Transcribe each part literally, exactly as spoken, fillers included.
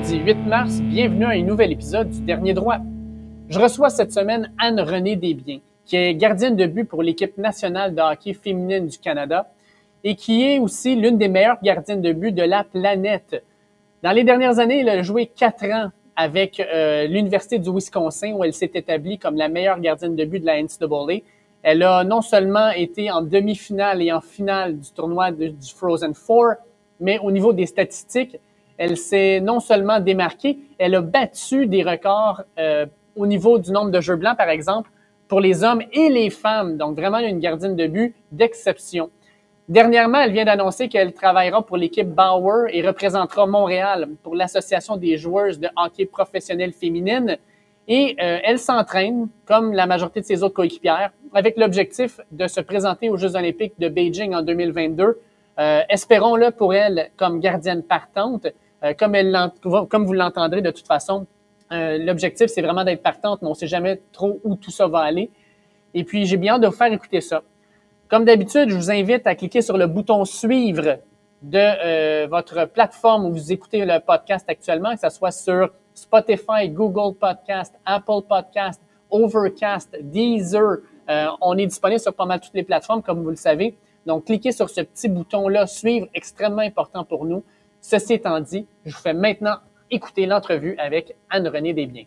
mardi huit mars, bienvenue à un nouvel épisode du Dernier Droit. Je reçois cette semaine Anne-Renée Desbiens, qui est gardienne de but pour l'équipe nationale de hockey féminine du Canada et qui est aussi l'une des meilleures gardiennes de but de la planète. Dans les dernières années, elle a joué quatre ans avec euh, l'Université du Wisconsin où elle s'est établie comme la meilleure gardienne de but de la N C double A. Elle a non seulement été en demi-finale et en finale du tournoi de, du Frozen Four, mais au niveau des statistiques, elle s'est non seulement démarquée, elle a battu des records euh, au niveau du nombre de jeux blancs, par exemple, pour les hommes et les femmes. Donc, vraiment une gardienne de but d'exception. Dernièrement, elle vient d'annoncer qu'elle travaillera pour l'équipe Bauer et représentera Montréal pour l'Association des joueuses de hockey professionnel féminine. Et euh, elle s'entraîne, comme la majorité de ses autres coéquipières, avec l'objectif de se présenter aux Jeux olympiques de Beijing en deux mille vingt-deux. Euh, espérons-le pour elle comme gardienne partante. Euh, comme, elle comme vous l'entendrez de toute façon, euh, l'objectif, c'est vraiment d'être partante, mais on ne sait jamais trop où tout ça va aller. Et puis, j'ai bien hâte de vous faire écouter ça. Comme d'habitude, je vous invite à cliquer sur le bouton « Suivre » de euh, votre plateforme où vous écoutez le podcast actuellement, que ce soit sur Spotify, Google Podcast, Apple Podcast, Overcast, Deezer. Euh, on est disponible sur pas mal toutes les plateformes, comme vous le savez. Donc, cliquez sur ce petit bouton-là, suivre, extrêmement important pour nous. Ceci étant dit, je vous fais maintenant écouter l'entrevue avec Anne-Renée Desbiens.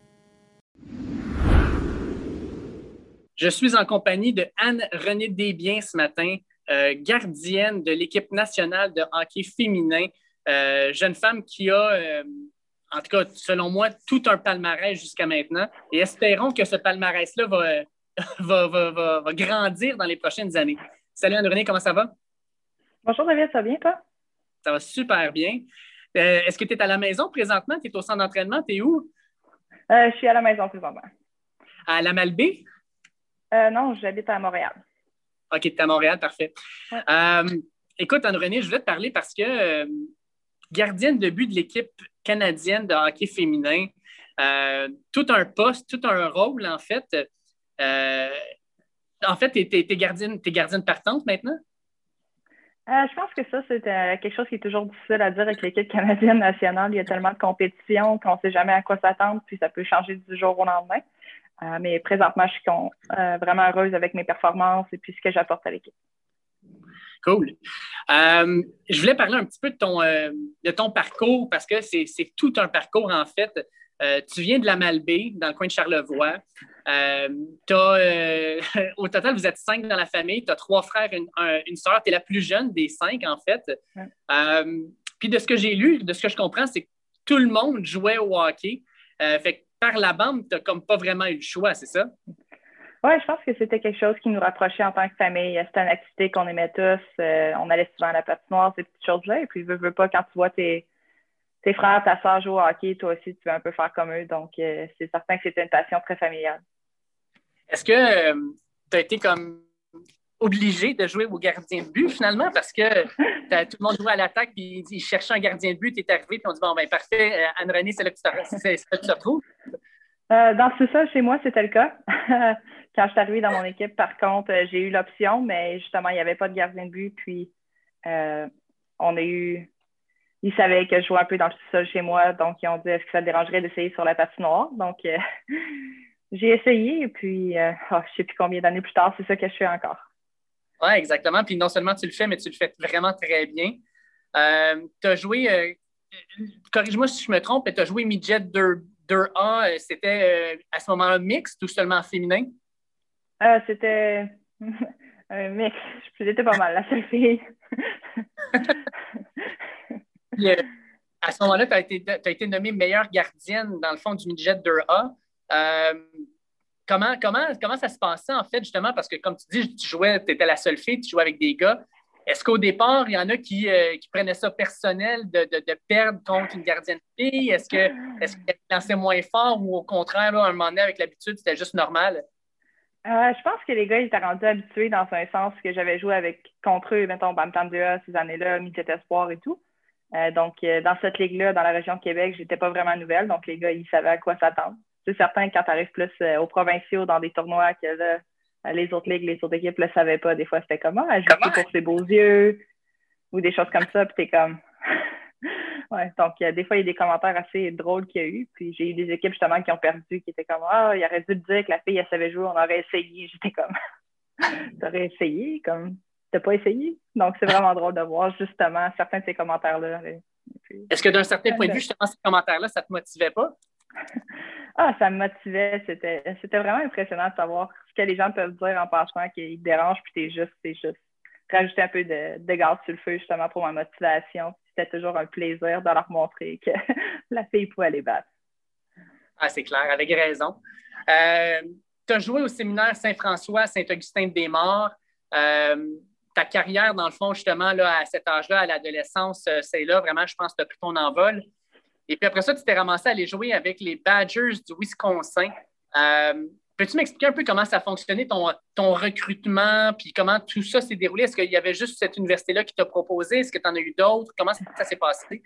Je suis en compagnie de Anne-Renée Desbiens ce matin, euh, gardienne de l'équipe nationale de hockey féminin, euh, jeune femme qui a, euh, en tout cas, selon moi, tout un palmarès jusqu'à maintenant. Et espérons que ce palmarès-là va, va, va, va, va grandir dans les prochaines années. Salut Anne-Renée, comment ça va? Bonjour David, ça va bien toi? Ça va super bien. Euh, est-ce que tu es à la maison présentement? Tu es au centre d'entraînement? Tu es où? Euh, je suis à la maison présentement. À la Malbaie? Euh, non, j'habite à Montréal. OK, tu es à Montréal, parfait. Ouais. Euh, écoute, Anne-Renée, je voulais te parler parce que euh, gardienne de but de l'équipe canadienne de hockey féminin, euh, tout un poste, tout un rôle, en fait. Euh, en fait, tu es, gardienne, t'es gardienne partante maintenant? Euh, je pense que ça, c'est euh, quelque chose qui est toujours difficile à dire avec l'équipe canadienne nationale. Il y a tellement de compétition qu'on ne sait jamais à quoi s'attendre, puis ça peut changer du jour au lendemain. Euh, mais présentement, je suis con, euh, vraiment heureuse avec mes performances et puis ce que j'apporte à l'équipe. Cool. Euh, je voulais parler un petit peu de ton, euh, de ton parcours parce que c'est, c'est tout un parcours, en fait. Euh, tu viens de la Malbaie, dans le coin de Charlevoix. Euh, t'as, euh, au total, vous êtes cinq dans la famille. Tu as trois frères et une, un, une sœur. Tu es la plus jeune des cinq, en fait. Ouais. Euh, puis de ce que j'ai lu, de ce que je comprends, c'est que tout le monde jouait au hockey. Euh, fait que par la bande, tu n'as comme pas vraiment eu le choix, c'est ça? Oui, je pense que c'était quelque chose qui nous rapprochait en tant que famille. C'était une activité qu'on aimait tous. Euh, on allait souvent à la patinoire, ces petites choses-là. Et puis, veux, veux pas, quand tu vois tes, tes frères, ta soeur jouer au hockey, toi aussi, tu veux un peu faire comme eux. Donc, euh, c'est certain que c'était une passion très familiale. Est-ce que euh, tu as été comme obligé de jouer au gardien de but, finalement, parce que tout le monde jouait à l'attaque, puis ils cherchaient un gardien de but, tu es arrivé, puis on dit, bon, ben parfait, Anne-Renée, c'est là que tu te, c'est, c'est là que tu te retrouves. Euh, dans ce ça, chez moi, c'était le cas. Quand je suis arrivée dans mon équipe, par contre, euh, j'ai eu l'option, mais justement, il n'y avait pas de gardien de but. Puis, euh, on a eu... Ils savaient que je jouais un peu dans le sous-sol chez moi, donc ils ont dit, est-ce que ça te dérangerait d'essayer sur la patinoire? Donc, euh, j'ai essayé, et puis, euh, oh, je ne sais plus combien d'années plus tard, c'est ça que je fais encore. Oui, exactement. Puis non seulement tu le fais, mais tu le fais vraiment très bien. Euh, tu as joué, euh, corrige-moi si je me trompe, tu as joué midget deux A, c'était euh, à ce moment-là mixte ou seulement féminin? Euh, c'était un mix. J'étais pas mal, la seule fille. Puis, euh, à ce moment-là, tu as été, t'as été nommée meilleure gardienne dans le fond du midget deux A. Euh, comment, comment, comment ça se passait en fait, justement, parce que comme tu dis, tu jouais, tu étais la seule fille, tu jouais avec des gars. Est-ce qu'au départ, il y en a qui, euh, qui prenaient ça personnel de, de, de perdre contre une gardienne fille? Est-ce que est-ce qu'elle lançait moins fort ou au contraire, là, à un moment donné, avec l'habitude, c'était juste normal? Euh, je pense que les gars, ils étaient rendus habitués dans un sens que j'avais joué avec contre eux, mettons, Bantam deux A ces années-là, Midget Espoir et tout. Euh, donc, euh, dans cette ligue-là, dans la région de Québec, j'étais pas vraiment nouvelle. Donc, les gars, ils savaient à quoi s'attendre. C'est certain que quand tu arrives plus euh, aux provinciaux, dans des tournois, que là, les autres ligues, les autres équipes ne le savaient pas. Des fois, c'était comme, ah, elle joue pour ses beaux yeux ou des choses comme ça. Puis t'es comme, Ouais, donc, euh, des fois, il y a des commentaires assez drôles qu'il y a eu. Puis, j'ai eu des équipes, justement, qui ont perdu, qui étaient comme, ah, il aurait dû te dire que la fille, elle savait jouer, on aurait essayé. J'étais comme, t'aurais essayé, comme, t'as pas essayé. Donc, c'est vraiment drôle de voir, justement, certains de ces commentaires-là. Puis, Est-ce que d'un certain point de vue, justement, ces commentaires-là, ça te motivait pas? Ah, ça me motivait. C'était, c'était vraiment impressionnant de savoir ce que les gens peuvent dire en pensant qu'ils te dérangent, puis t'es juste, c'est juste rajouter un peu de, de gaz sur le feu, justement, pour ma motivation. C'était toujours un plaisir de leur montrer que la fille pouvait les battre. Ah, c'est clair, avec raison. Euh, tu as joué au séminaire Saint-François, Saint-Augustin-de-Desmaures. Euh, ta carrière, dans le fond, justement, là, à cet âge-là, à l'adolescence, c'est là, vraiment, je pense que tu as pris ton envol. Et puis après ça, tu t'es ramassé à aller jouer avec les Badgers du Wisconsin. Euh, peux-tu m'expliquer un peu comment ça fonctionnait, ton, ton recrutement, puis comment tout ça s'est déroulé? Est-ce qu'il y avait juste cette université-là qui t'a proposé? Est-ce que tu en as eu d'autres? Comment ça s'est passé?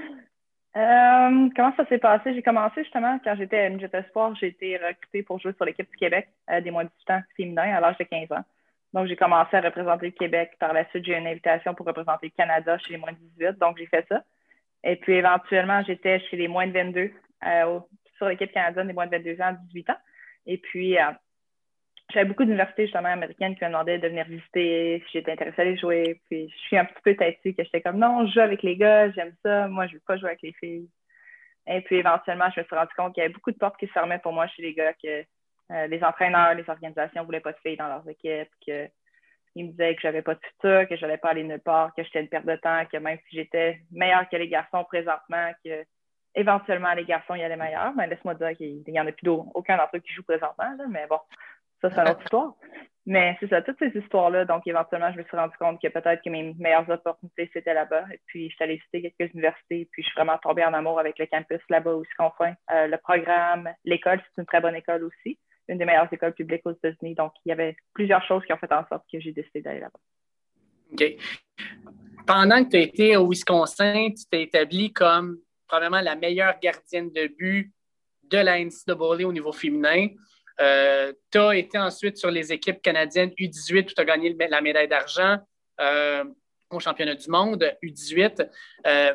Euh, comment ça s'est passé? J'ai commencé justement quand j'étais à Midget Espoir, j'ai été recrutée pour jouer sur l'équipe du Québec euh, des moins de dix-huit ans féminins à l'âge de quinze ans. Donc, j'ai commencé à représenter le Québec. Par la suite, j'ai eu une invitation pour représenter le Canada chez les moins de dix-huit. Donc, j'ai fait ça. Et puis, éventuellement, j'étais chez les moins de vingt-deux, euh, sur l'équipe canadienne des moins de vingt-deux ans à dix-huit ans. Et puis, euh, j'avais beaucoup d'universités, justement, américaines qui me demandaient de venir visiter si j'étais intéressée à les jouer. Puis, je suis un petit peu têtue que j'étais comme, non, je joue avec les gars, j'aime ça. Moi, je ne veux pas jouer avec les filles. Et puis, éventuellement, je me suis rendu compte qu'il y avait beaucoup de portes qui se fermaient pour moi chez les gars, que euh, les entraîneurs, les organisations ne voulaient pas de filles dans leurs équipes, que ils me disaient que j'avais pas de futur, que je n'allais pas aller nulle part, que j'étais une perte de temps, que même si j'étais meilleure que les garçons présentement, que éventuellement les garçons y allaient meilleurs. Mais laisse-moi dire qu'il n'y en a plus aucun d'entre eux qui joue présentement, là, mais bon, ça, c'est une autre histoire. Mais c'est ça, toutes ces histoires-là. Donc, éventuellement, je me suis rendu compte que peut-être que mes meilleures opportunités, c'était là-bas. Et puis, je suis allée visiter quelques universités. Puis, je suis vraiment tombée en amour avec le campus là-bas au Wisconsin. Euh, le programme, l'école, c'est une très bonne école aussi. Une des meilleures écoles publiques aux États-Unis. Donc, il y avait plusieurs choses qui ont fait en sorte que j'ai décidé d'aller là-bas. OK. Pendant que tu as été au Wisconsin, tu t'es établi comme probablement la meilleure gardienne de but de la N C A A au niveau féminin. Euh, tu as été ensuite sur les équipes canadiennes U dix-huit où tu as gagné la médaille d'argent euh, au championnat du monde U dix-huit. Euh,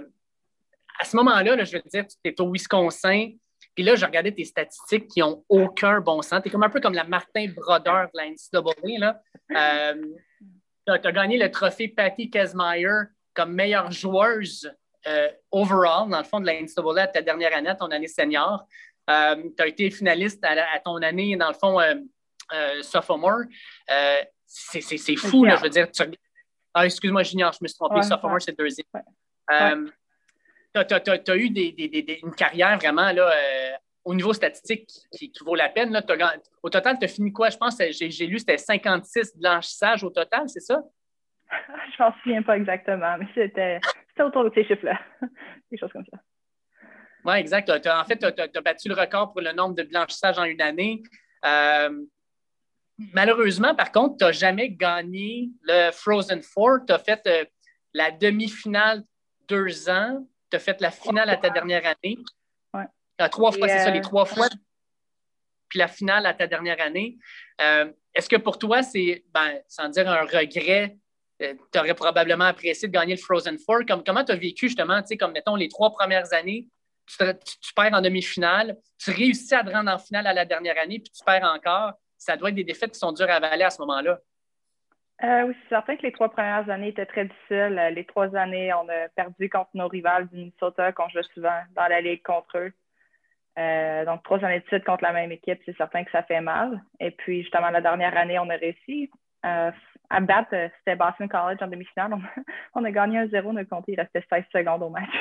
à ce moment-là, là, je veux dire, tu es au Wisconsin. Puis là, j'ai regardé tes statistiques qui n'ont aucun bon sens. Tu es comme un peu comme la Martin Brodeur de la N C A A. Là. Euh, tu as gagné le trophée Patty Kazmaier comme meilleure joueuse euh, overall, dans le fond, de la N C A A à ta dernière année, à ton année senior. Euh, tu as été finaliste à, à ton année, dans le fond, euh, euh, sophomore. Euh, c'est, c'est, c'est fou, là, je veux dire. Tu... Ah, excuse-moi, junior, je me suis trompé. Ouais, sophomore, ouais. C'est le deuxième. Ouais. Euh, ouais. Tu as eu des, des, des, une carrière vraiment là, euh, au niveau statistique qui, qui vaut la peine. Là, au total, tu as fini quoi? Je pense que j'ai, j'ai lu c'était cinquante-six blanchissages au total, c'est ça? Je m'en souviens pas exactement, mais c'était, c'était autour de ces chiffres-là. Des choses comme ça. Oui, exact. T'as, en fait, tu as battu le record pour le nombre de blanchissages en une année. Euh, malheureusement, par contre, tu n'as jamais gagné le Frozen Four. Tu as fait euh, la demi-finale deux ans. Tu as fait la finale à ta dernière année. Ouais. Euh, trois fois, euh... c'est ça, les trois fois. Puis la finale à ta dernière année. Euh, est-ce que pour toi, c'est, ben, sans dire un regret, euh, tu aurais probablement apprécié de gagner le Frozen Four? Comme, comment tu as vécu justement, tu sais, comme mettons les trois premières années, tu, te, tu, tu perds en demi-finale, tu réussis à te rendre en finale à la dernière année, puis tu perds encore. Ça doit être des défaites qui sont dures à avaler à ce moment-là. Euh, oui, c'est certain que les trois premières années étaient très difficiles. Les trois années, on a perdu contre nos rivales du Minnesota, qu'on jouait souvent dans la ligue contre eux. Euh, donc, trois années de suite contre la même équipe, c'est certain que ça fait mal. Et puis, justement, la dernière année, on a réussi euh, à battre, euh, c'était Boston College en demi-finale. On, on a gagné un zéro, on a compté, il restait seize secondes au match.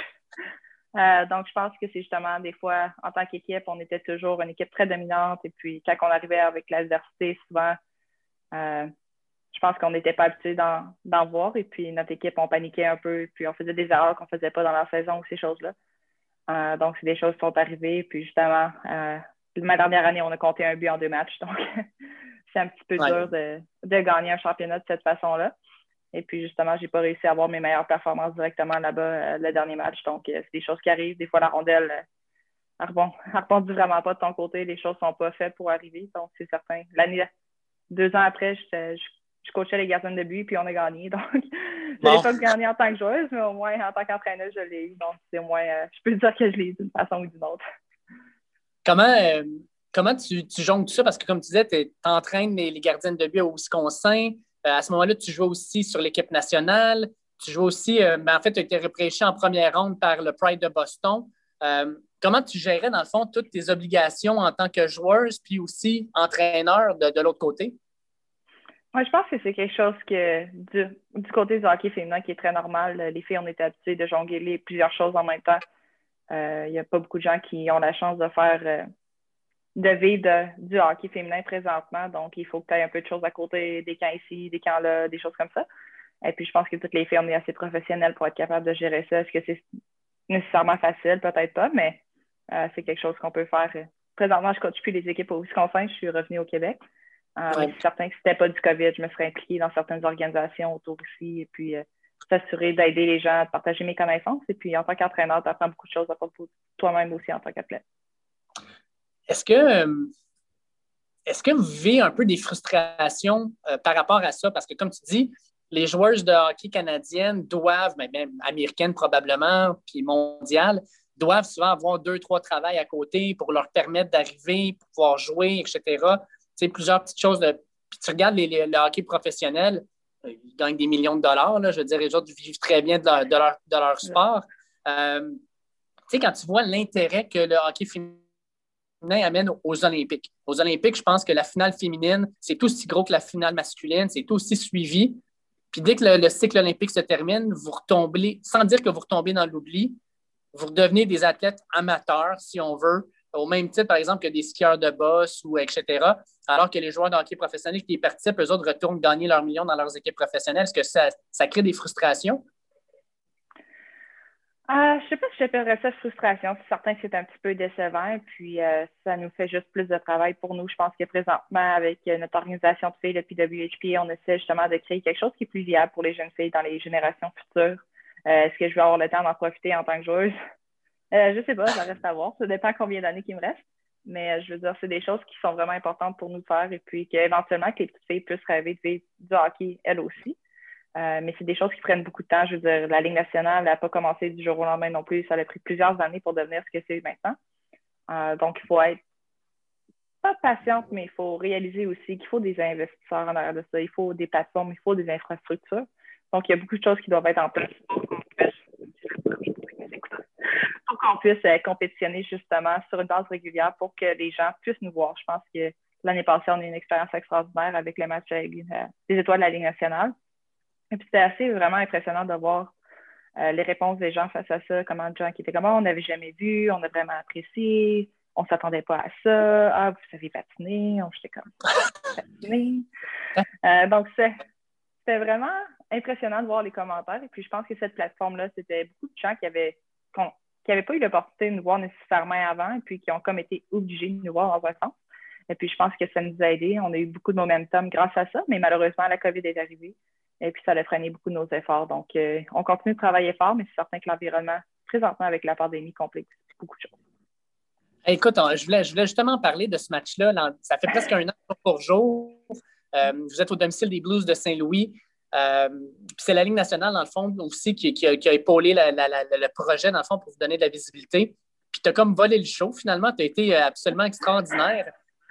euh, donc, je pense que c'est justement, des fois, en tant qu'équipe, on était toujours une équipe très dominante. Et puis, quand on arrivait avec l'adversité, souvent, euh, je pense qu'on n'était pas habitué d'en, d'en voir. Et puis, notre équipe, on paniquait un peu. Et puis, on faisait des erreurs qu'on ne faisait pas dans la saison ou ces choses-là. Euh, donc, c'est des choses qui sont arrivées. Puis, justement, euh, ma dernière année, on a compté un but en deux matchs. Donc, c'est un petit peu ouais. dur de, de gagner un championnat de cette façon-là. Et puis, justement, je n'ai pas réussi à avoir mes meilleures performances directement là-bas euh, le dernier match. Donc, euh, c'est des choses qui arrivent. Des fois, la rondelle, euh, elle ne rebondit vraiment pas de ton côté. Les choses ne sont pas faites pour arriver. Donc, c'est certain. L'année, deux ans après, je, je, je coachais les gardiens de but, puis on a gagné. Donc, je Bon. l'ai pas gagné en tant que joueuse, mais au moins, en tant qu'entraîneur, je l'ai eu. Donc, c'est au moins, euh, je peux dire que je l'ai eu d'une façon ou d'une autre. Comment, euh, comment tu, tu jongles tout ça? Parce que, comme tu disais, tu entraînes les, les gardiennes de but au Wisconsin. Euh, à ce moment-là, tu jouais aussi sur l'équipe nationale. Tu jouais aussi, euh, ben, en fait, tu as été repêché en première ronde par le Pride de Boston. Euh, comment tu gérais, dans le fond, toutes tes obligations en tant que joueuse, puis aussi entraîneur de, de l'autre côté? Moi, je pense que c'est quelque chose que du, du côté du hockey féminin qui est très normal. Les filles, on est habituées de jongler plusieurs choses en même temps. Il euh, n'y a pas beaucoup de gens qui ont la chance de faire, euh, de vivre de, du hockey féminin présentement. Donc, il faut que tu aies un peu de choses à côté, des camps ici, des camps là, des choses comme ça. Et puis, je pense que toutes les filles, on est assez professionnelles pour être capable de gérer ça. Est-ce que c'est nécessairement facile? Peut-être pas, mais euh, c'est quelque chose qu'on peut faire. Présentement, je ne coach plus les équipes au Wisconsin. Je suis revenue au Québec. Euh, ouais. Mais c'est certain que si c'était pas du COVID, je me serais impliquée dans certaines organisations autour ici et puis euh, s'assurer d'aider les gens, de partager mes connaissances. Et puis, en tant qu'entraîneur, tu apprends beaucoup de choses à propos de toi-même aussi en tant qu'athlète. Est-ce que, est-ce que vous vivez un peu des frustrations euh, par rapport à ça? Parce que, comme tu dis, les joueuses de hockey canadiennes doivent, mais même américaines probablement, puis mondiales, doivent souvent avoir deux, trois travails à côté pour leur permettre d'arriver, pour pouvoir jouer, et cetera. Tu sais, plusieurs petites choses. De... Puis tu regardes les, les, le hockey professionnel, ils gagnent des millions de dollars. Là, je veux dire, les autres vivent très bien de leur, de leur, de leur sport. Euh, tu sais, quand tu vois l'intérêt que le hockey féminin amène aux Olympiques. Aux Olympiques, je pense que la finale féminine, c'est aussi gros que la finale masculine, c'est aussi suivi. Puis dès que le, le cycle olympique se termine, vous retombez, sans dire que vous retombez dans l'oubli, vous redevenez des athlètes amateurs, si on veut, au même titre, par exemple, que des skieurs de boss ou et cetera. Alors que les joueurs de hockey professionnels qui y participent, eux autres retournent gagner leurs millions dans leurs équipes professionnelles. Est-ce que ça, ça crée des frustrations? Euh, je ne sais pas si j'appellerais ça frustration. C'est certain que c'est un petit peu décevant. Puis, euh, ça nous fait juste plus de travail pour nous. Je pense que présentement, avec notre organisation de filles, le P W H P, on essaie justement de créer quelque chose qui est plus viable pour les jeunes filles dans les générations futures. Euh, est-ce que je vais avoir le temps d'en profiter en tant que joueuse? Euh, je ne sais pas, ça reste à voir. Ça dépend combien d'années qu'il me reste. Mais euh, je veux dire, c'est des choses qui sont vraiment importantes pour nous de faire. Et puis, qu'éventuellement, que les petites filles puissent rêver de vivre du hockey, elles aussi. Euh, mais c'est des choses qui prennent beaucoup de temps. Je veux dire, la Ligue nationale n'a pas commencé du jour au lendemain non plus. Ça a pris plusieurs années pour devenir ce que c'est maintenant. Euh, donc, il faut être pas patiente, mais il faut réaliser aussi qu'il faut des investisseurs en arrière de ça. Il faut des plateformes, il faut des infrastructures. Donc, il y a beaucoup de choses qui doivent être en place pour qu'on puisse, pour qu'on puisse euh, compétitionner justement sur une base régulière pour que les gens puissent nous voir. Je pense que l'année passée, on a eu une expérience extraordinaire avec le match des étoiles de la Ligue nationale. Et puis, c'était assez vraiment impressionnant de voir euh, les réponses des gens face à ça, comment des gens qui étaient comme, oh, on n'avait jamais vu, on a vraiment apprécié, on ne s'attendait pas à ça, ah, vous savez patiner, on j'étais comme, patiner. Euh, donc, c'était vraiment impressionnant de voir les commentaires. Et puis, je pense que cette plateforme-là, c'était beaucoup de gens qui avaient, qui n'avaient pas eu l'opportunité de nous voir nécessairement avant et puis qui ont comme été obligés de nous voir dans un sens. Et puis, je pense que ça nous a aidés. On a eu beaucoup de momentum grâce à ça, mais malheureusement, la COVID est arrivée. Et puis, ça a freiné beaucoup de nos efforts. Donc, euh, on continue de travailler fort, mais c'est certain que l'environnement, présentement, avec la pandémie, complique beaucoup de choses. Écoute, je voulais, je voulais justement parler de ce match-là. Ça fait presque un an pour jour. Euh, vous êtes au domicile des Blues de Saint-Louis. Euh, c'est la Ligue nationale, dans le fond, aussi, qui, qui, a, qui a épaulé la, la, la, le projet, dans le fond, pour vous donner de la visibilité. Puis, tu as comme volé le show, finalement. Tu as été absolument extraordinaire.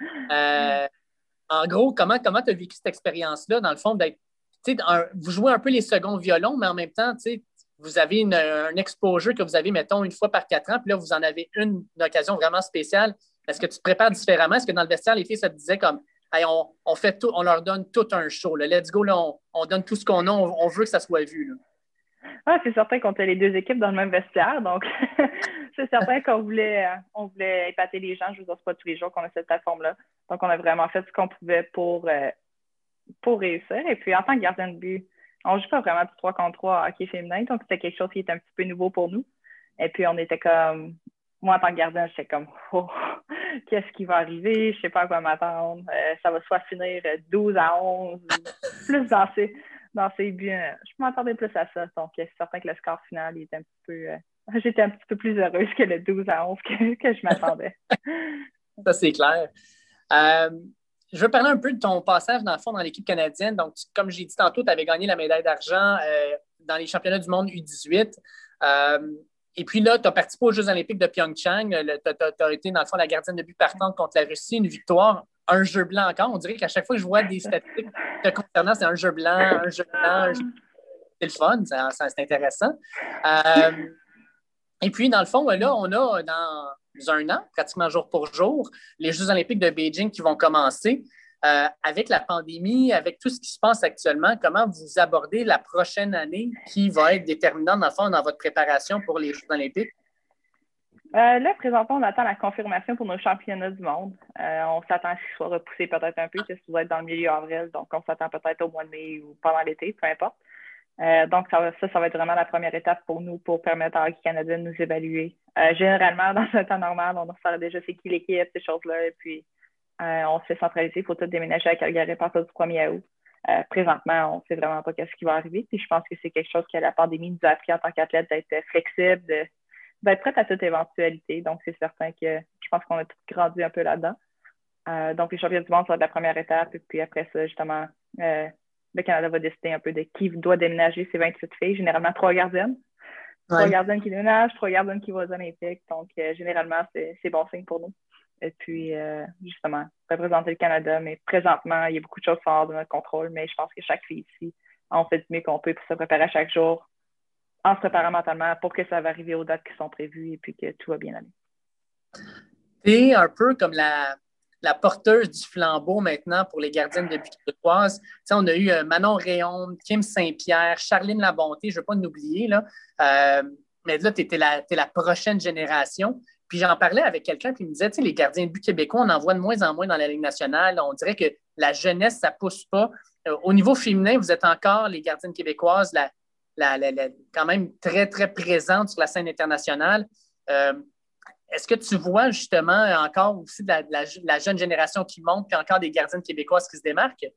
Euh, en gros, comment tu as vécu cette expérience-là, dans le fond, d'être. Un, vous jouez un peu les seconds violons, mais en même temps, vous avez une, un exposure que vous avez, mettons, une fois par quatre ans, puis là, vous en avez une, une occasion vraiment spéciale. Est-ce que tu te prépares différemment? Est-ce que dans le vestiaire, les filles, ça te disait comme, hey, on, on, fait tout, on leur donne tout un show. Là. Let's go, là, on, on donne tout ce qu'on a, on, on veut que ça soit vu. Là. Ah, c'est certain qu'on était les deux équipes dans le même vestiaire, donc c'est certain qu'on voulait, on voulait épater les gens. Je vous dis pas tous les jours qu'on a cette plateforme-là. Donc, on a vraiment fait ce qu'on pouvait pour, euh, pour réussir. Et puis, en tant que gardien de but, on ne joue pas vraiment du trois contre trois hockey féminin, donc c'était quelque chose qui était un petit peu nouveau pour nous. Et puis, on était comme, moi, en tant que gardien, j'étais comme, oh, qu'est-ce qui va arriver? Je ne sais pas à quoi m'attendre. Euh, ça va soit finir douze à onze, plus dans ces, dans ces buts. Je m'attendais plus à ça. Donc, c'est certain que le score final, il était un petit peu, euh, j'étais un petit peu plus heureuse que le douze à onze que, que je m'attendais. Ça, c'est clair. Euh, je veux parler un peu de ton passage, dans le fond, dans l'équipe canadienne. Donc, tu, comme j'ai dit tantôt, tu avais gagné la médaille d'argent euh, dans les championnats du monde U dix-huit. Euh, et puis là, tu as participé aux Jeux olympiques de Pyeongchang. Tu as été, dans le fond, la gardienne de but partante contre la Russie. Une victoire, un jeu blanc encore. On dirait qu'à chaque fois que je vois des statistiques te concernant, c'est un jeu blanc, un jeu blanc, un jeu... C'est le fun, ça, ça, c'est intéressant. Euh, et puis, dans le fond, là, on a dans un an, pratiquement jour pour jour, les Jeux olympiques de Beijing qui vont commencer. Euh, avec la pandémie, avec tout ce qui se passe actuellement, comment vous abordez la prochaine année qui va être déterminante, dans le fond, dans votre préparation pour les Jeux olympiques? Euh, là, présentement, on attend la confirmation pour nos championnats du monde. Euh, on s'attend à ce qu'ils soient repoussés peut-être un peu, que ça va être dans le milieu avril, donc on s'attend peut-être au mois de mai ou pendant l'été, peu importe. Euh, donc, ça, ça, ça va être vraiment la première étape pour nous pour permettre à Hockey Canada de nous évaluer. Euh, généralement, dans un temps normal, on sait déjà c'est qui l'équipe, ces choses-là, et puis euh, on se fait centraliser. Il faut tout déménager à Calgary à partir du premier août. Euh, présentement, on ne sait vraiment pas ce qui va arriver. Puis je pense que c'est quelque chose que la pandémie nous a appris en tant qu'athlète d'être flexible, de, d'être prête à toute éventualité. Donc, c'est certain que je pense qu'on a tous grandi un peu là-dedans. Euh, donc, les championnats du monde, ça va être la première étape. Et puis après ça, justement, euh, le Canada va décider un peu de qui doit déménager ces vingt-huit filles, généralement trois gardiennes. Ouais. Trois gardiennes qui déménagent, trois gardiennes qui vont aux Olympiques. Donc, euh, généralement, c'est, c'est bon signe pour nous. Et puis, euh, justement, représenter le Canada. Mais présentement, il y a beaucoup de choses hors de notre contrôle. Mais je pense que chaque fille ici, on fait du mieux qu'on peut pour se préparer à chaque jour, en se préparant mentalement pour que ça va arriver aux dates qui sont prévues et puis que tout va bien aller. C'est un peu comme la, la porteuse du flambeau maintenant pour les gardiennes de but québécoises. Tu sais, on a eu euh, Manon Réaume, Kim Saint-Pierre, Charline Labonté, je ne veux pas nous oublier, là. Euh, mais là, tu es la, la prochaine génération. Puis j'en parlais avec quelqu'un qui me disait, tu sais, les gardiens de but québécois, on en voit de moins en moins dans la Ligue nationale. On dirait que la jeunesse, ça ne pousse pas. Euh, au niveau féminin, vous êtes encore, les gardiennes québécoises, la, la, la, la, quand même très, très présentes sur la scène internationale. Euh, Est-ce que tu vois justement encore aussi de la, de la, de la jeune génération qui monte, puis encore des gardiennes québécoises qui se démarquent?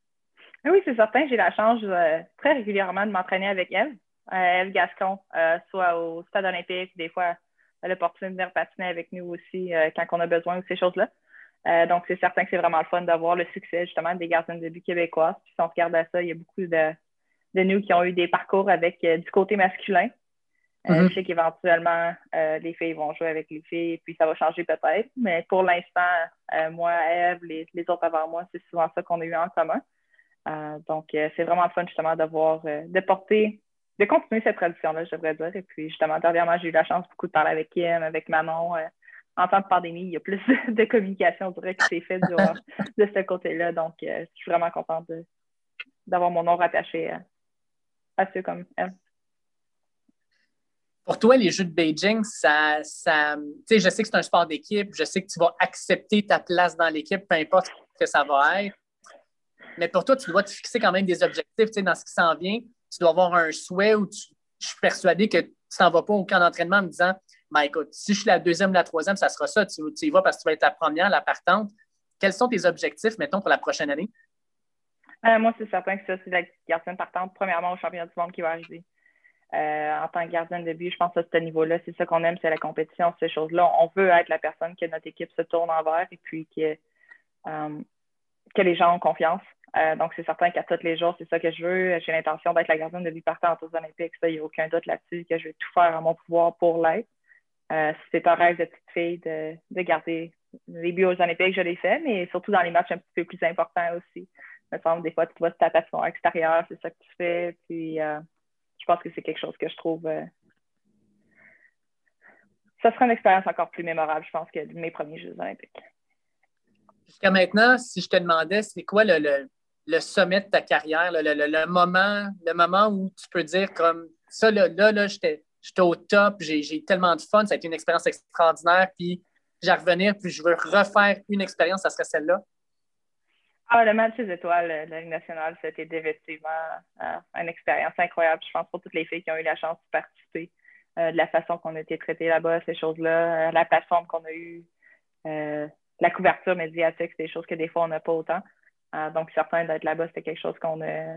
Oui, c'est certain. J'ai la chance euh, très régulièrement de m'entraîner avec Eve, euh, Eve Gascon, euh, soit au Stade olympique, des fois, elle a l'opportunité de venir patiner avec nous aussi euh, quand on a besoin de ces choses-là. Euh, donc, c'est certain que c'est vraiment le fun d'avoir le succès justement des gardiennes de but québécoises. Puis si on regarde à ça, il y a beaucoup de, de nous qui ont eu des parcours avec euh, du côté masculin. Euh, mm-hmm. Je sais qu'éventuellement, euh, les filles vont jouer avec les filles, puis ça va changer peut-être. Mais pour l'instant, euh, moi, Eve, les, les autres avant moi, c'est souvent ça qu'on a eu en commun. Euh, donc, euh, c'est vraiment le fun justement d'avoir, euh, de porter, de continuer cette tradition-là, je devrais dire. Et puis justement, dernièrement, j'ai eu la chance beaucoup de parler avec Kim, avec Manon. Euh, en temps de pandémie, il y a plus de communication, je dirais, qui s'est faite de ce côté-là. Donc, euh, je suis vraiment contente de, d'avoir mon nom rattaché à, à ceux comme elle. Pour toi, les Jeux de Beijing, ça, ça, tu sais, je sais que c'est un sport d'équipe, je sais que tu vas accepter ta place dans l'équipe, peu importe ce que ça va être. Mais pour toi, tu dois te fixer quand même des objectifs, tu sais, dans ce qui s'en vient. Tu dois avoir un souhait où tu, je suis persuadé que tu t'en vas pas au camp d'entraînement en me disant, ben écoute, si je suis la deuxième ou la troisième, ça sera ça. Tu, tu y vas parce que tu vas être la première, la partante. Quels sont tes objectifs, mettons, pour la prochaine année? Euh, moi, c'est certain que ça, c'est la gardienne partante, premièrement, au championnat du monde qui va arriver. Euh, en tant que gardienne de but, je pense que à ce niveau-là, c'est ça qu'on aime, c'est la compétition, ces choses-là. On veut être la personne que notre équipe se tourne envers et puis que, euh, que les gens ont confiance. Euh, donc, c'est certain qu'à tous les jours, c'est ça que je veux. J'ai l'intention d'être la gardienne de but partante aux Olympiques. Ça, il n'y a aucun doute là-dessus, que je vais tout faire à mon pouvoir pour l'être. Euh, c'est un rêve de petite fille de, de garder les buts aux Olympiques, je l'ai fait, mais surtout dans les matchs un petit peu plus importants aussi. Il me semble, des fois, tu vas te taper à son extérieur, c'est ça que tu fais. Puis, euh, je pense que c'est quelque chose que je trouve... Euh... Ça sera une expérience encore plus mémorable, je pense, que mes premiers Jeux olympiques. Jusqu'à maintenant, si je te demandais, c'est quoi le, le, le sommet de ta carrière, le, le, le, moment, le moment où tu peux dire comme ça, là, là, là j'étais, j'étais au top, j'ai, j'ai tellement de fun, ça a été une expérience extraordinaire, puis j'ai à revenir, puis je veux refaire une expérience, ça serait celle-là? Ah, le match des étoiles de la Ligue nationale, c'était définitivement euh, une expérience incroyable. Je pense pour toutes les filles qui ont eu la chance de participer, euh, de la façon qu'on a été traitées là-bas, ces choses-là, euh, la plateforme qu'on a eue, euh, la couverture médiatique, c'est des choses que des fois, on n'a pas autant. Euh, donc, certain d'être là-bas, c'était quelque chose qu'on a,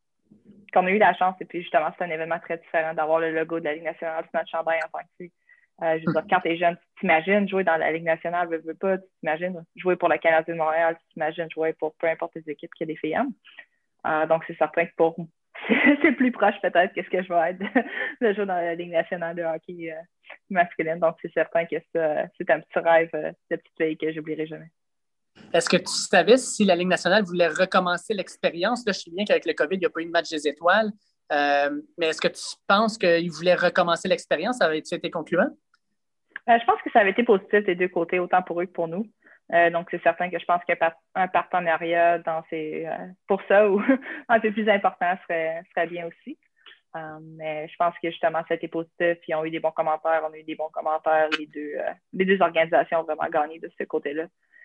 qu'on a eu la chance. Et puis, justement, c'est un événement très différent d'avoir le logo de la Ligue nationale sur notre chandail en tant que fille. Euh, je veux dire, quand tu es jeune, tu t'imagines jouer dans la Ligue nationale, veux, veux pas, tu t'imagines jouer pour le Canadien de Montréal, tu t'imagines jouer pour peu importe les équipes qui a des filles. Euh, donc, c'est certain que pour c'est plus proche peut-être que ce que je vais être de jouer dans la Ligue nationale de hockey euh, masculine. Donc, c'est certain que ça, c'est un petit rêve euh, de petite fille que j'oublierai jamais. Est-ce que tu savais si la Ligue nationale voulait recommencer l'expérience? Là, je sais bien qu'avec le COVID, il n'y a pas eu de match des étoiles. Euh, mais est-ce que tu penses qu'ils voulaient recommencer l'expérience? Ça avait-tu été concluant? Euh, je pense que ça avait été positif des deux côtés, autant pour eux que pour nous. Euh, donc, c'est certain que je pense qu'un partenariat dans ces, euh, pour ça ou un peu plus important serait, serait bien aussi. Euh, mais je pense que justement, ça a été positif. Ils ont eu des bons commentaires, on a eu des bons commentaires. Les deux, euh, les deux organisations ont vraiment gagné de ce côté-là.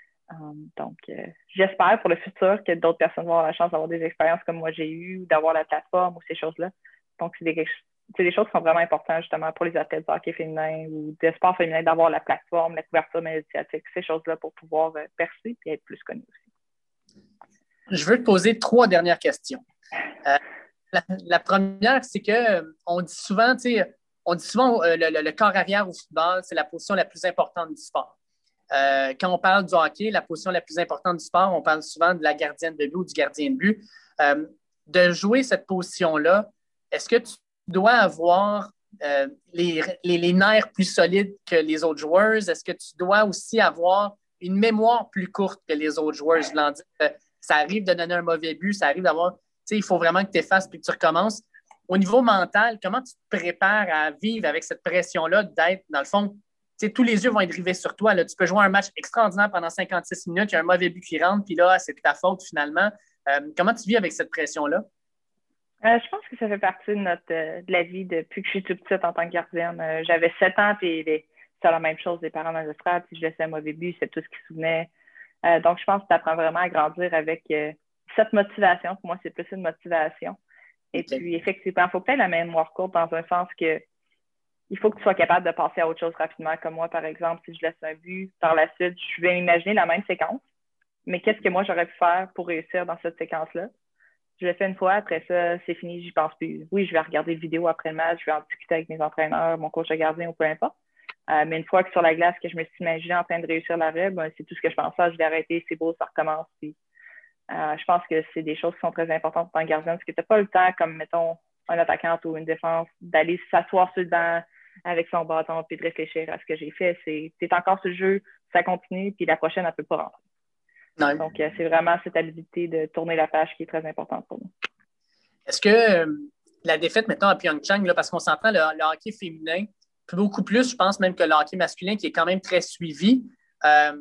Um, donc, euh, j'espère pour le futur que d'autres personnes vont avoir la chance d'avoir des expériences comme moi j'ai eu, ou d'avoir la plateforme ou ces choses-là. Donc, c'est des, c'est des choses qui sont vraiment importantes justement pour les athlètes de hockey féminin ou de sport féminin, d'avoir la plateforme, la couverture médiatique, ces choses-là pour pouvoir euh, percer et être plus connus aussi. Je veux te poser trois dernières questions. Euh, la, la première, c'est que euh, on dit souvent, tu sais, on dit souvent euh, le, le, le corps arrière au football, c'est la position la plus importante du sport. Euh, quand on parle du hockey, la position la plus importante du sport, on parle souvent de la gardienne de but ou du gardien de but. Euh, de jouer cette position-là, est-ce que tu dois avoir euh, les, les, les nerfs plus solides que les autres joueurs? Est-ce que tu dois aussi avoir une mémoire plus courte que les autres joueurs? Je l'en dis, euh, ça arrive de donner un mauvais but, ça arrive d'avoir, tu sais, il faut vraiment que tu effaces puis que tu recommences. Au niveau mental, comment tu te prépares à vivre avec cette pression-là d'être, dans le fond, t'sais, tous les yeux vont être rivés sur toi. Là. Tu peux jouer un match extraordinaire pendant cinquante-six minutes, il y a un mauvais but qui rentre, puis là, c'est ta faute finalement. Euh, comment tu vis avec cette pression-là? Euh, je pense que ça fait partie de, notre, euh, de la vie depuis que je suis toute petite en tant que gardienne. Euh, j'avais sept ans, puis c'était la même chose. Les parents m'indistraient, puis je laissais un mauvais but, c'est tout ce qu'ils se souvenaient. Euh, donc, je pense que tu apprends vraiment à grandir avec euh, cette motivation. Pour moi, c'est plus une motivation. Et okay. Puis, effectivement, il faut peut-être la mémoire courte dans un sens que il faut que tu sois capable de passer à autre chose rapidement. Comme moi, par exemple, si je laisse un but, par la suite, je vais imaginer la même séquence. Mais qu'est-ce que moi, j'aurais pu faire pour réussir dans cette séquence-là? Je l'ai fait une fois, après ça, c'est fini, j'y pense plus. Oui, je vais regarder une vidéo après le match, je vais en discuter avec mes entraîneurs, mon coach de gardien ou peu importe. Euh, mais une fois que sur la glace, que je me suis imaginé en train de réussir l'arrêt, ben, c'est tout ce que je pensais, je vais arrêter, c'est beau, ça recommence. Puis, euh, je pense que c'est des choses qui sont très importantes pour un gardien, parce que tu n'as pas le temps, comme mettons un attaquant ou une défense, d'aller s'asseoir sur le banc avec son bâton puis de réfléchir à ce que j'ai fait. C'est, c'est encore ce jeu, ça continue, puis la prochaine, elle ne peut pas rentrer. Non. Donc, euh, c'est vraiment cette habilité de tourner la page qui est très importante pour nous. Est-ce que euh, la défaite, maintenant à Pyeongchang, là, parce qu'on s'entend, le, le hockey féminin, beaucoup plus, je pense même que le hockey masculin, qui est quand même très suivi, euh,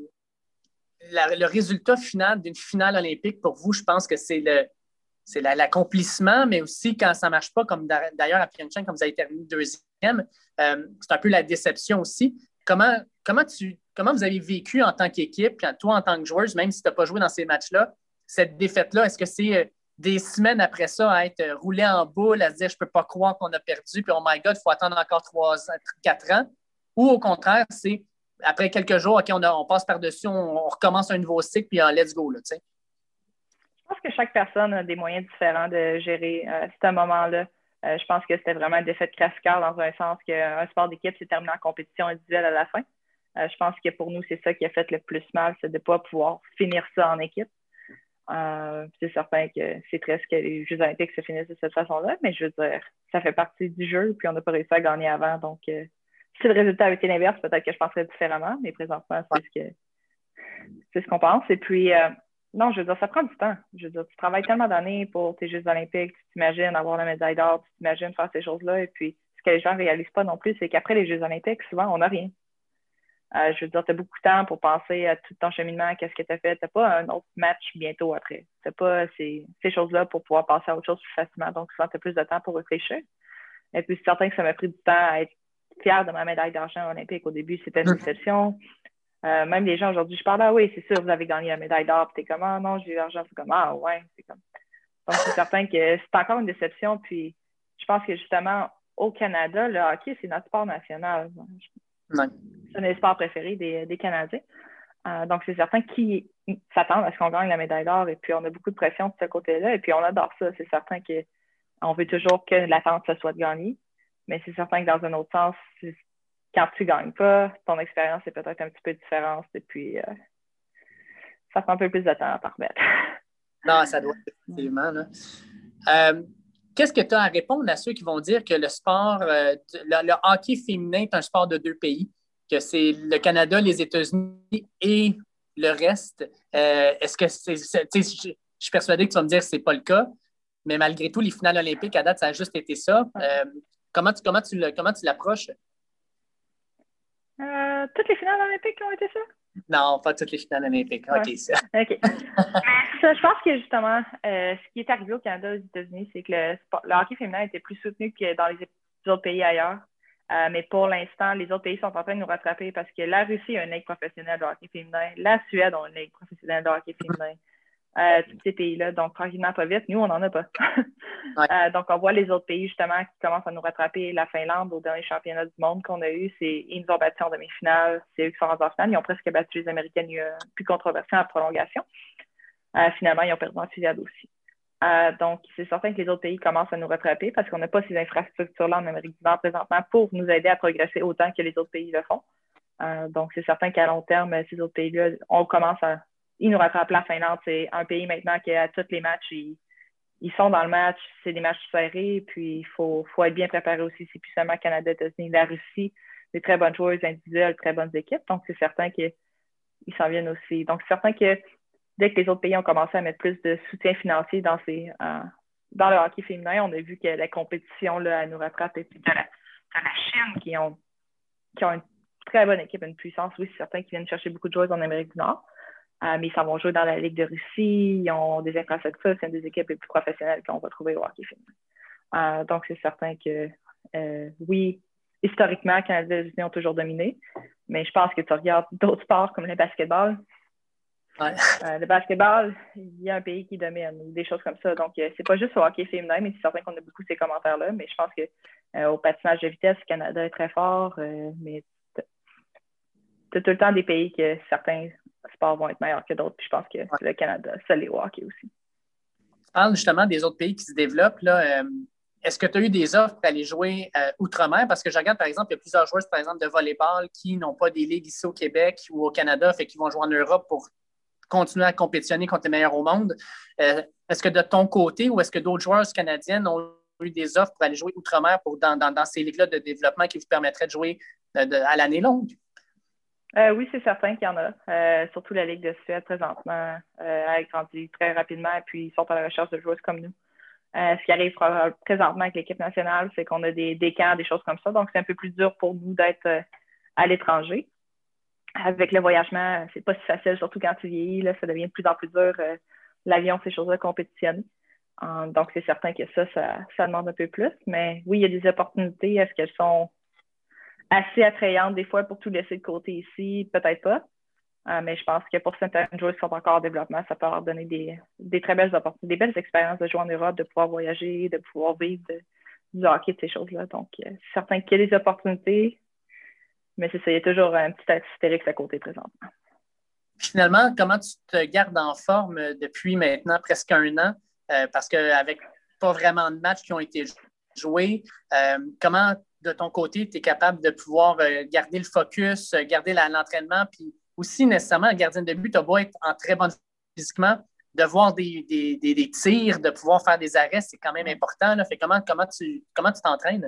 la, le résultat final d'une finale olympique, pour vous, je pense que c'est le c'est la, l'accomplissement, mais aussi quand ça ne marche pas, comme d'ailleurs à Pyeongchang, quand vous avez terminé deuxième, euh, c'est un peu la déception aussi. Comment, comment, tu, comment vous avez vécu en tant qu'équipe, puis toi en tant que joueuse, même si tu n'as pas joué dans ces matchs-là, cette défaite-là, est-ce que c'est euh, des semaines après ça à être roulé en boule, à se dire « je ne peux pas croire qu'on a perdu, puis oh my God, il faut attendre encore trois, quatre ans », ou au contraire, c'est après quelques jours, OK, on, a, on passe par-dessus, on, on recommence un nouveau cycle, puis uh, let's go, là, tu sais. Je pense que chaque personne a des moyens différents de gérer euh, ce moment-là. Euh, je pense que c'était vraiment une défaite classique dans un sens qu'un sport d'équipe s'est terminé en compétition individuelle à la fin. Euh, je pense que pour nous, c'est ça qui a fait le plus mal, c'est de ne pas pouvoir finir ça en équipe. Euh, c'est certain que c'est triste que les Jeux olympiques se finissent de cette façon-là, mais je veux dire, ça fait partie du jeu, puis on n'a pas réussi à gagner avant. Donc, euh, si le résultat avait été l'inverse, peut-être que je penserais différemment, mais présentement, c'est ce que c'est ce qu'on pense. Et puis, euh, non, je veux dire, ça prend du temps. Je veux dire, tu travailles tellement d'années pour tes Jeux olympiques, tu t'imagines avoir la médaille d'or, tu t'imagines faire ces choses-là. Et puis, ce que les gens ne réalisent pas non plus, c'est qu'après les Jeux olympiques, souvent, on n'a rien. Euh, je veux dire, tu as beaucoup de temps pour penser à tout ton cheminement, qu'est-ce que tu as fait. Tu n'as pas un autre match bientôt après. Tu n'as pas ces, ces choses-là pour pouvoir passer à autre chose plus facilement. Donc, souvent, tu as plus de temps pour réfléchir. Et puis, c'est certain que ça m'a pris du temps à être fière de ma médaille d'argent olympique. Au début, c'était une déception. Euh, même les gens aujourd'hui, je parle, ah oui, c'est sûr, vous avez gagné la médaille d'or, puis t'es comme, ah non, j'ai eu l'argent, c'est comme, ah ouais, c'est comme. Donc, c'est certain que c'est encore une déception, puis je pense que justement, au Canada, le hockey, c'est notre sport national. Ouais. C'est un des sports préférés des, des Canadiens. Euh, donc, c'est certain qu'ils s'attendent à ce qu'on gagne la médaille d'or, et puis on a beaucoup de pression de ce côté-là, et puis on adore ça. C'est certain qu'on veut toujours que l'attente, ce soit de gagner, mais c'est certain que dans un autre sens, quand tu ne gagnes pas, ton expérience est peut-être un petit peu différente. Et puis, euh, ça prend un peu plus de temps à t'en remettre. Non, ça doit, effectivement. Là. Euh, qu'est-ce que tu as à répondre à ceux qui vont dire que le sport, euh, le, le hockey féminin est un sport de deux pays, que c'est le Canada, les États-Unis et le reste? Euh, est-ce que c'est. c'est je, je suis persuadé que tu vas me dire que ce n'est pas le cas, mais malgré tout, les finales olympiques, à date, ça a juste été ça. Euh, comment tu, comment tu, comment tu l'approches? Euh, toutes les finales olympiques ont été ça? Non, pas toutes les finales olympiques. Ouais. OK, ça. OK. ça, je pense que justement, euh, ce qui est arrivé au Canada et aux États-Unis, c'est que le, sport, le hockey féminin était plus soutenu que dans les autres pays ailleurs. Euh, mais pour l'instant, les autres pays sont en train de nous rattraper parce que la Russie a une ligue professionnelle de hockey féminin, la Suède a une ligue professionnelle de hockey féminin. Euh, tous ces pays-là. Donc, tranquillement, pas vite. Nous, on n'en a pas. Ouais. euh, donc, on voit les autres pays, justement, qui commencent à nous rattraper. La Finlande, au dernier championnat du monde qu'on a eu, c'est, ils nous ont battus en demi-finale. C'est eux qui sont rendus en finale. Ils ont presque battu les Américaines. Il y a plus controversé en prolongation. Euh, finalement, ils ont perdu en fusillade aussi. Euh, donc, c'est certain que les autres pays commencent à nous rattraper parce qu'on n'a pas ces infrastructures-là en Amérique du Nord présentement pour nous aider à progresser autant que les autres pays le font. Euh, donc, c'est certain qu'à long terme, ces autres pays-là, on commence à ils nous rattrapent. La Finlande, c'est un pays maintenant qui, à tous les matchs, ils, ils sont dans le match. C'est des matchs serrés. Puis, il faut, faut être bien préparé aussi. C'est plus seulement Canada, États-Unis, la Russie. Des très bonnes joueuses individuelles, très bonnes équipes. Donc, c'est certain qu'ils s'en viennent aussi. Donc, c'est certain que dès que les autres pays ont commencé à mettre plus de soutien financier dans, ces, euh, dans le hockey féminin, on a vu que la compétition là, à nous rattraper. Puis, de la, de la Chine, qui ont, qui ont une très bonne équipe, une puissance. Oui, c'est certain qu'ils viennent chercher beaucoup de joueuses en Amérique du Nord. Euh, mais ils s'en vont jouer dans la Ligue de Russie. Ils ont des infrastructures. C'est une des équipes les plus professionnelles qu'on va trouver au hockey féminin. Euh, donc, c'est certain que, euh, oui, historiquement, Canada et les États-Unis ont toujours dominé. Mais je pense que tu regardes d'autres sports comme le basketball. Ouais. Euh, le basketball, il y a un pays qui domine ou des choses comme ça. Donc, euh, c'est pas juste au hockey féminin, mais c'est certain qu'on a beaucoup ces commentaires-là. Mais je pense que euh, au patinage de vitesse, le Canada est très fort. Euh, mais tu as tout le temps des pays que certains sports vont être meilleurs que d'autres. Puis je pense que ouais. Le Canada, ça l'est au hockey aussi. Tu parles justement des autres pays qui se développent. Là, euh, est-ce que tu as eu des offres pour aller jouer euh, outre-mer? Parce que je regarde, par exemple, il y a plusieurs joueurs, par exemple, de volleyball qui n'ont pas des ligues ici au Québec ou au Canada, fait qu'ils vont jouer en Europe pour continuer à compétitionner contre les meilleurs au monde. Euh, est-ce que de ton côté ou est-ce que d'autres joueurs canadiennes ont eu des offres pour aller jouer outre-mer pour, dans, dans, dans ces ligues-là de développement qui vous permettraient de jouer de, de, à l'année longue? Euh, oui, c'est certain qu'il y en a. Euh, surtout la Ligue de Suède, présentement, euh, a grandi très rapidement et puis ils sont à la recherche de joueuses comme nous. Euh, ce qui arrive présentement avec l'équipe nationale, c'est qu'on a des, des camps, des choses comme ça. Donc, c'est un peu plus dur pour nous d'être euh, à l'étranger. Avec le voyagement, c'est pas si facile, surtout quand tu vieillis. Là, ça devient de plus en plus dur. Euh, l'avion, ces choses-là, compétitionner. Euh, donc, c'est certain que ça, ça, ça demande un peu plus. Mais oui, il y a des opportunités. Est-ce qu'elles sont assez attrayantes des fois pour tout laisser de côté ici? Peut-être pas. Euh, mais je pense que pour certains joueurs qui sont encore en développement, ça peut leur donner des, des très belles opportunités, des belles expériences de jouer en Europe, de pouvoir voyager, de pouvoir vivre de, du hockey, de ces choses-là. Donc, euh, c'est certain qu'il y a des opportunités, mais c'est ça, il y a toujours un petit astérix à côté présentement. Finalement, comment tu te gardes en forme depuis maintenant presque un an? Euh, parce qu'avec pas vraiment de matchs qui ont été joués, euh, comment, de ton côté, tu es capable de pouvoir euh, garder le focus, garder la, l'entraînement, puis aussi, nécessairement, le gardien de but, tu as beau être en très bonne physiquement, de voir des, des, des, des tirs, de pouvoir faire des arrêts, c'est quand même important. Là. Fait comment, comment, tu, comment tu t'entraînes?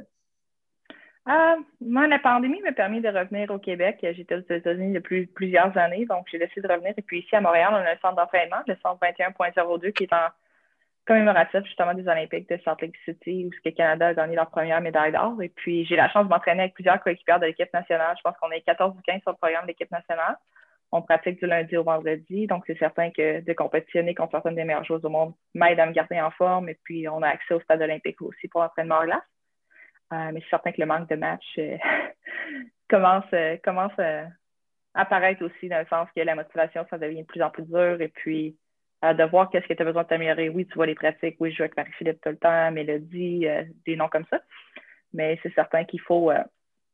Euh, moi, la pandémie m'a permis de revenir au Québec. J'étais aux États-Unis depuis plusieurs années, donc j'ai décidé de revenir. Et puis ici, à Montréal, on a un centre d'entraînement, le centre vingt et un point zéro deux, qui est en commémoratif justement des Olympiques de Salt Lake City, où le Canada a gagné leur première médaille d'or. Et puis, j'ai la chance de m'entraîner avec plusieurs coéquipières de l'équipe nationale. Je pense qu'on est quatorze ou quinze sur le programme de l'équipe nationale. On pratique du lundi au vendredi, donc c'est certain que de compétitionner contre certaines des meilleures joueuses au monde m'aide à me garder en forme. Et puis, on a accès au stade olympique aussi pour l'entraînement en glace. Euh, mais c'est certain que le manque de match euh, commence, euh, commence euh, à apparaître aussi, dans le sens que la motivation, ça devient de plus en plus dur. Et puis, euh, de voir qu'est-ce que tu as besoin de t'améliorer. Oui, tu vois les pratiques. Oui, je joue avec Marie-Philippe tout le temps, Mélodie, euh, des noms comme ça. Mais c'est certain qu'il faut, euh,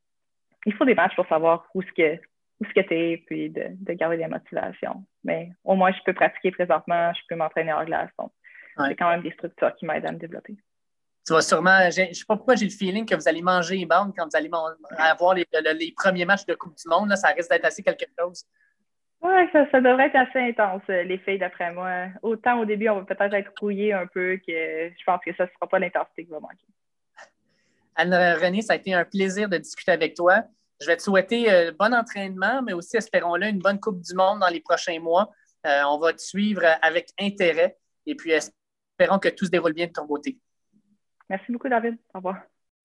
il faut des matchs pour savoir où ce que où ce que tu es, puis de, de garder la motivation. Mais au moins, je peux pratiquer présentement, je peux m'entraîner hors glace. Donc, ouais. J'ai quand même des structures qui m'aident à me développer. Tu vas sûrement, je ne sais pas pourquoi j'ai le feeling que vous allez manger les bandes quand vous allez avoir les, les premiers matchs de Coupe du Monde. Là, ça risque d'être assez quelque chose. Oui, ça, ça devrait être assez intense, les filles, d'après moi. Autant au début, on va peut-être être rouillé un peu que je pense que ça ne sera pas l'intensité qui va manquer. Anne-Renée, ça a été un plaisir de discuter avec toi. Je vais te souhaiter euh, bon entraînement, mais aussi, espérons-le, une bonne Coupe du Monde dans les prochains mois. Euh, on va te suivre avec intérêt et puis espérons que tout se déroule bien de ton côté. Merci beaucoup, David. Au revoir.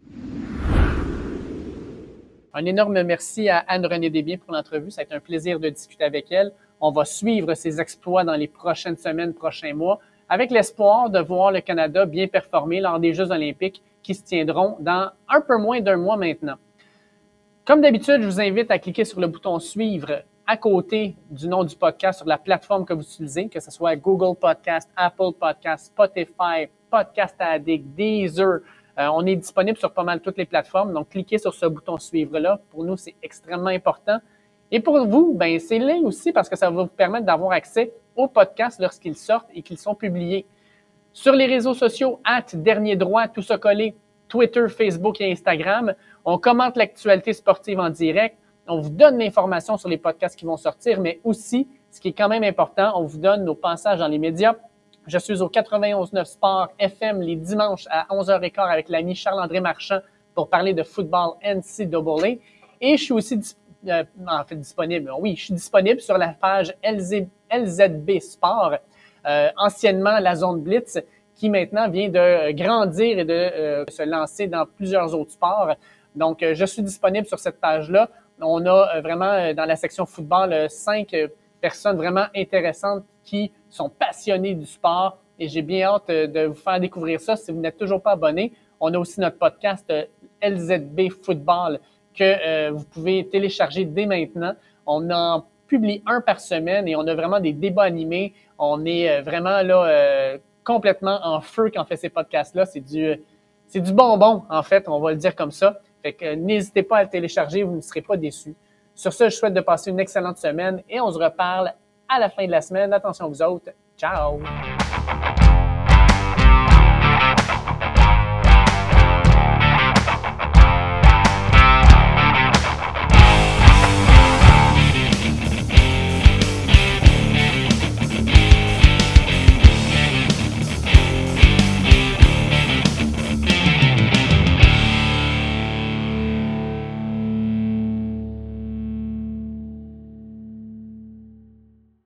Un énorme merci à Anne-Renée Desbiens pour l'entrevue. Ça a été un plaisir de discuter avec elle. On va suivre ses exploits dans les prochaines semaines, prochains mois, avec l'espoir de voir le Canada bien performer lors des Jeux olympiques qui se tiendront dans un peu moins d'un mois maintenant. Comme d'habitude, je vous invite à cliquer sur le bouton « Suivre » à côté du nom du podcast sur la plateforme que vous utilisez, que ce soit Google Podcast, Apple Podcast, Spotify, Podcast Addict, Deezer. Euh, on est disponible sur pas mal toutes les plateformes, donc cliquez sur ce bouton « Suivre » là. Pour nous, c'est extrêmement important. Et pour vous, ben c'est là aussi parce que ça va vous permettre d'avoir accès aux podcasts lorsqu'ils sortent et qu'ils sont publiés. Sur les réseaux sociaux, at Dernier Droit, tout ça collé, Twitter, Facebook et Instagram, on commente l'actualité sportive en direct, on vous donne l'information sur les podcasts qui vont sortir, mais aussi, ce qui est quand même important, on vous donne nos passages dans les médias. Je suis au quatre-vingt-onze neuf Sport F M les dimanches à onze heures quinze avec l'ami Charles-André Marchand pour parler de football N C A A. Et je suis aussi euh, en fait disponible, oui, je suis disponible sur la page L Z B Sport, euh, anciennement la Zone Blitz, qui maintenant vient de grandir et de euh, se lancer dans plusieurs autres sports. Donc, euh, je suis disponible sur cette page-là. On a euh, vraiment, euh, dans la section football, euh, cinq euh, personnes vraiment intéressantes qui sont passionnées du sport et j'ai bien hâte euh, de vous faire découvrir ça si vous n'êtes toujours pas abonné. On a aussi notre podcast euh, L Z B Football que euh, vous pouvez télécharger dès maintenant. On en publie un par semaine et on a vraiment des débats animés. On est euh, vraiment là... Euh, complètement en feu quand on fait ces podcasts-là. C'est du, c'est du bonbon, en fait, on va le dire comme ça. Fait que n'hésitez pas à le télécharger, vous ne serez pas déçus. Sur ce, je souhaite de passer une excellente semaine et on se reparle à la fin de la semaine. Attention à vous autres. Ciao!